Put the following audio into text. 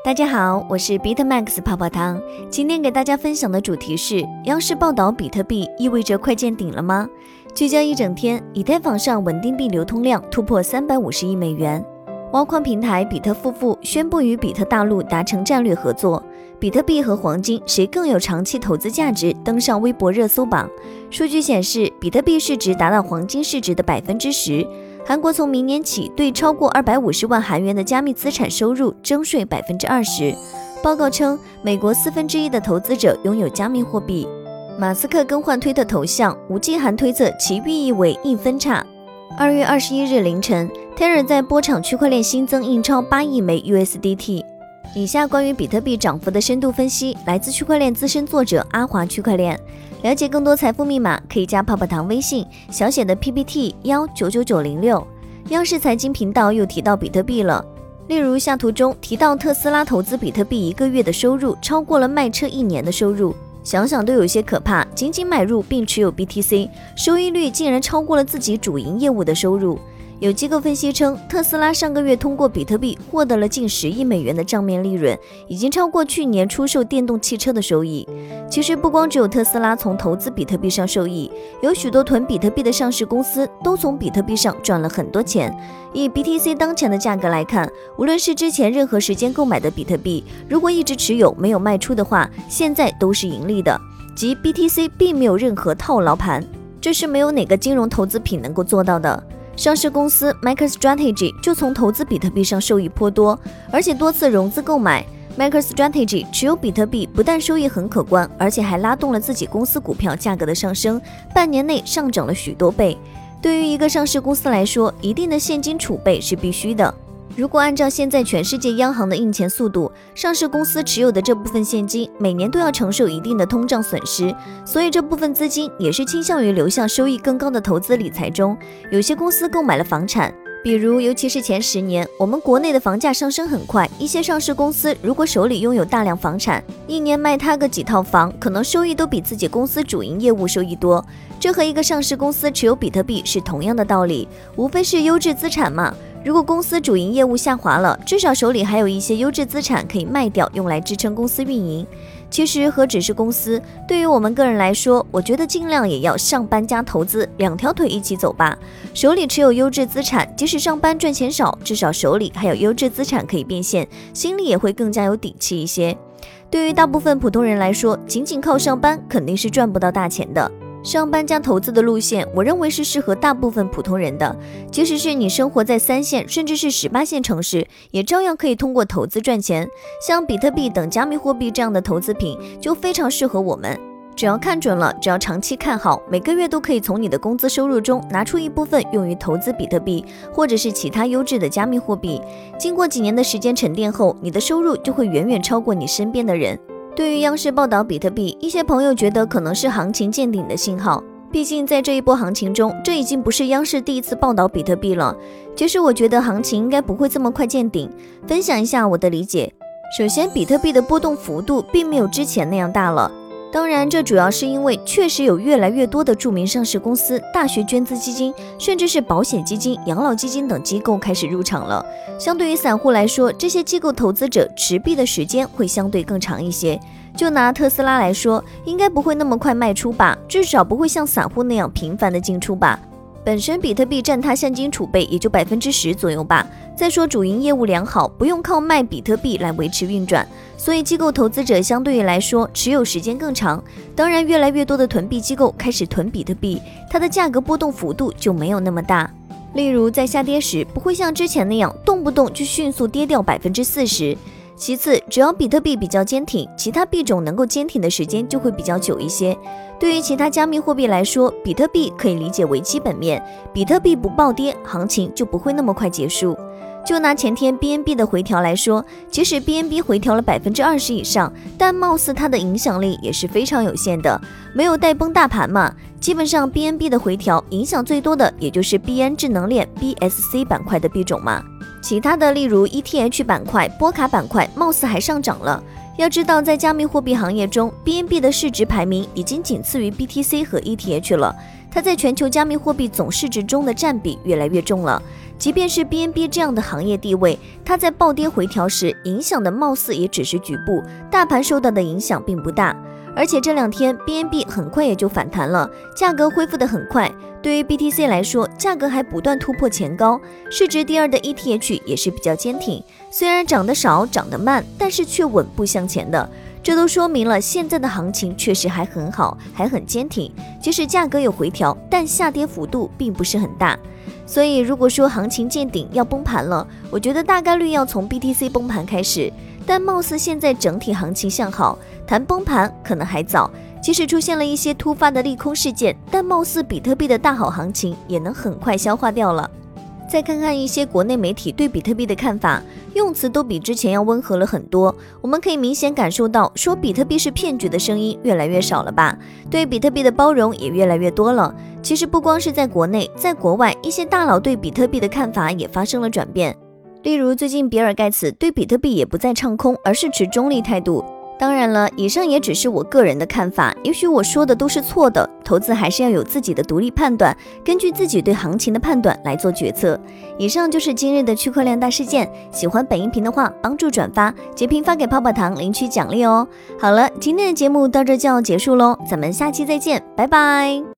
大家好，我是 BitMax 泡泡糖。今天给大家分享的主题是：央视报道比特币意味着快见顶了吗？聚焦一整天，以太坊上稳定币流通量突破350亿美元。挖矿平台比特夫妇宣布与比特大陆达成战略合作，比特币和黄金谁更有长期投资价值登上微博热搜榜。数据显示，比特币市值达到黄金市值的10%。韩国从明年起对超过250万韩元的加密资产收入征税20%。报告称，美国1/4的投资者拥有加密货币。马斯克更换推特头像，无忌韩推测其寓意为1分叉。2月21日凌晨 ，Tether 在波场区块链新增印钞8亿枚 USDT。以下关于比特币涨幅的深度分析，来自区块链资深作者阿华区块链。了解更多财富密码，可以加泡泡糖微信小写的 PPT 199906。央视财经频道又提到比特币了，例如下图中提到特斯拉投资比特币1个月的收入超过了卖车1年的收入，想想都有些可怕。仅仅买入并持有 BTC， 收益率竟然超过了自己主营业务的收入。有机构分析称，特斯拉上个月通过比特币获得了近10亿美元的账面利润，已经超过去年出售电动汽车的收益。其实不光只有特斯拉从投资比特币上受益，有许多囤比特币的上市公司都从比特币上赚了很多钱。以 BTC 当前的价格来看，无论是之前任何时间购买的比特币，如果一直持有没有卖出的话，现在都是盈利的，即 BTC 并没有任何套牢盘，这是没有哪个金融投资品能够做到的。上市公司 MicroStrategy 就从投资比特币上受益颇多，而且多次融资购买。MicroStrategy 持有比特币不但收益很可观，而且还拉动了自己公司股票价格的上升，半年内上涨了许多倍。对于一个上市公司来说，一定的现金储备是必须的。如果按照现在全世界央行的印钱速度，上市公司持有的这部分现金每年都要承受一定的通胀损失，所以这部分资金也是倾向于流向收益更高的投资理财中。有些公司购买了房产，比如尤其是前10年，我们国内的房价上升很快，一些上市公司如果手里拥有大量房产，一年卖它个几套房，可能收益都比自己公司主营业务收益多。这和一个上市公司持有比特币是同样的道理，无非是优质资产嘛。如果公司主营业务下滑了，至少手里还有一些优质资产可以卖掉，用来支撑公司运营。其实何止是公司，对于我们个人来说，我觉得尽量也要上班加投资，两条腿一起走吧。手里持有优质资产，即使上班赚钱少，至少手里还有优质资产可以变现，心里也会更加有底气一些。对于大部分普通人来说，仅仅靠上班肯定是赚不到大钱的。上班加投资的路线，我认为是适合大部分普通人的。即使是你生活在3线甚至是18线城市，也照样可以通过投资赚钱。像比特币等加密货币这样的投资品就非常适合我们。只要看准了，只要长期看好，每个月都可以从你的工资收入中拿出一部分用于投资比特币，或者是其他优质的加密货币。经过几年的时间沉淀后，你的收入就会远远超过你身边的人。对于央视报道比特币，一些朋友觉得可能是行情见顶的信号，毕竟在这一波行情中，这已经不是央视第一次报道比特币了。其实我觉得行情应该不会这么快见顶。分享一下我的理解。首先，比特币的波动幅度并没有之前那样大了，当然这主要是因为确实有越来越多的著名上市公司、大学捐资基金，甚至是保险基金、养老基金等机构开始入场了。相对于散户来说，这些机构投资者持币的时间会相对更长一些。就拿特斯拉来说，应该不会那么快卖出吧，至少不会像散户那样频繁的进出吧。本身比特币占它现金储备也就10%左右吧。再说主营业务良好，不用靠卖比特币来维持运转，所以机构投资者相对于来说持有时间更长。当然，越来越多的囤币机构开始囤比特币，它的价格波动幅度就没有那么大。例如在下跌时，不会像之前那样动不动就迅速跌掉40%。其次，只要比特币比较坚挺，其他币种能够坚挺的时间就会比较久一些。对于其他加密货币来说，比特币可以理解为基本面，比特币不暴跌，行情就不会那么快结束。就拿前天 BNB 的回调来说，即使 BNB 回调了20%以上，但貌似它的影响力也是非常有限的，没有带崩大盘嘛。基本上 BNB 的回调影响最多的也就是 BN 智能链 BSC 板块的币种嘛。其他的例如 ETH 板块、波卡板块貌似还上涨了。要知道，在加密货币行业中 ，BNB 的市值排名已经仅次于 BTC 和 ETH 了。 它在全球加密货币总市值中的占比越来越重了。即便是 BNB 这样的行业地位，它在暴跌回调时影响的貌似也只是局部，大盘受到的影响并不大。而且这2天 BNB 很快也就反弹了，价格恢复得很快。对于 BTC 来说，价格还不断突破前高，市值第2的 ETH 也是比较坚挺，虽然涨得少涨得慢，但是却稳步向前的。这都说明了现在的行情确实还很好，还很坚挺，即使价格有回调，但下跌幅度并不是很大。所以如果说行情见顶要崩盘了，我觉得大概率要从 BTC 崩盘开始，但貌似现在整体行情向好，谈崩盘可能还早。即使出现了一些突发的利空事件，但貌似比特币的大好行情也能很快消化掉了。再看看一些国内媒体对比特币的看法，用词都比之前要温和了很多。我们可以明显感受到，说比特币是骗局的声音越来越少了吧？对比特币的包容也越来越多了。其实不光是在国内，在国外，一些大佬对比特币的看法也发生了转变。例如，最近比尔盖茨对比特币也不再唱空，而是持中立态度。当然了，以上也只是我个人的看法，也许我说的都是错的，投资还是要有自己的独立判断，根据自己对行情的判断来做决策。以上就是今日的区块链大事件，喜欢本音频的话，帮助转发截屏发给泡泡糖领取奖励哦。好了，今天的节目到这就要结束喽，咱们下期再见，拜拜。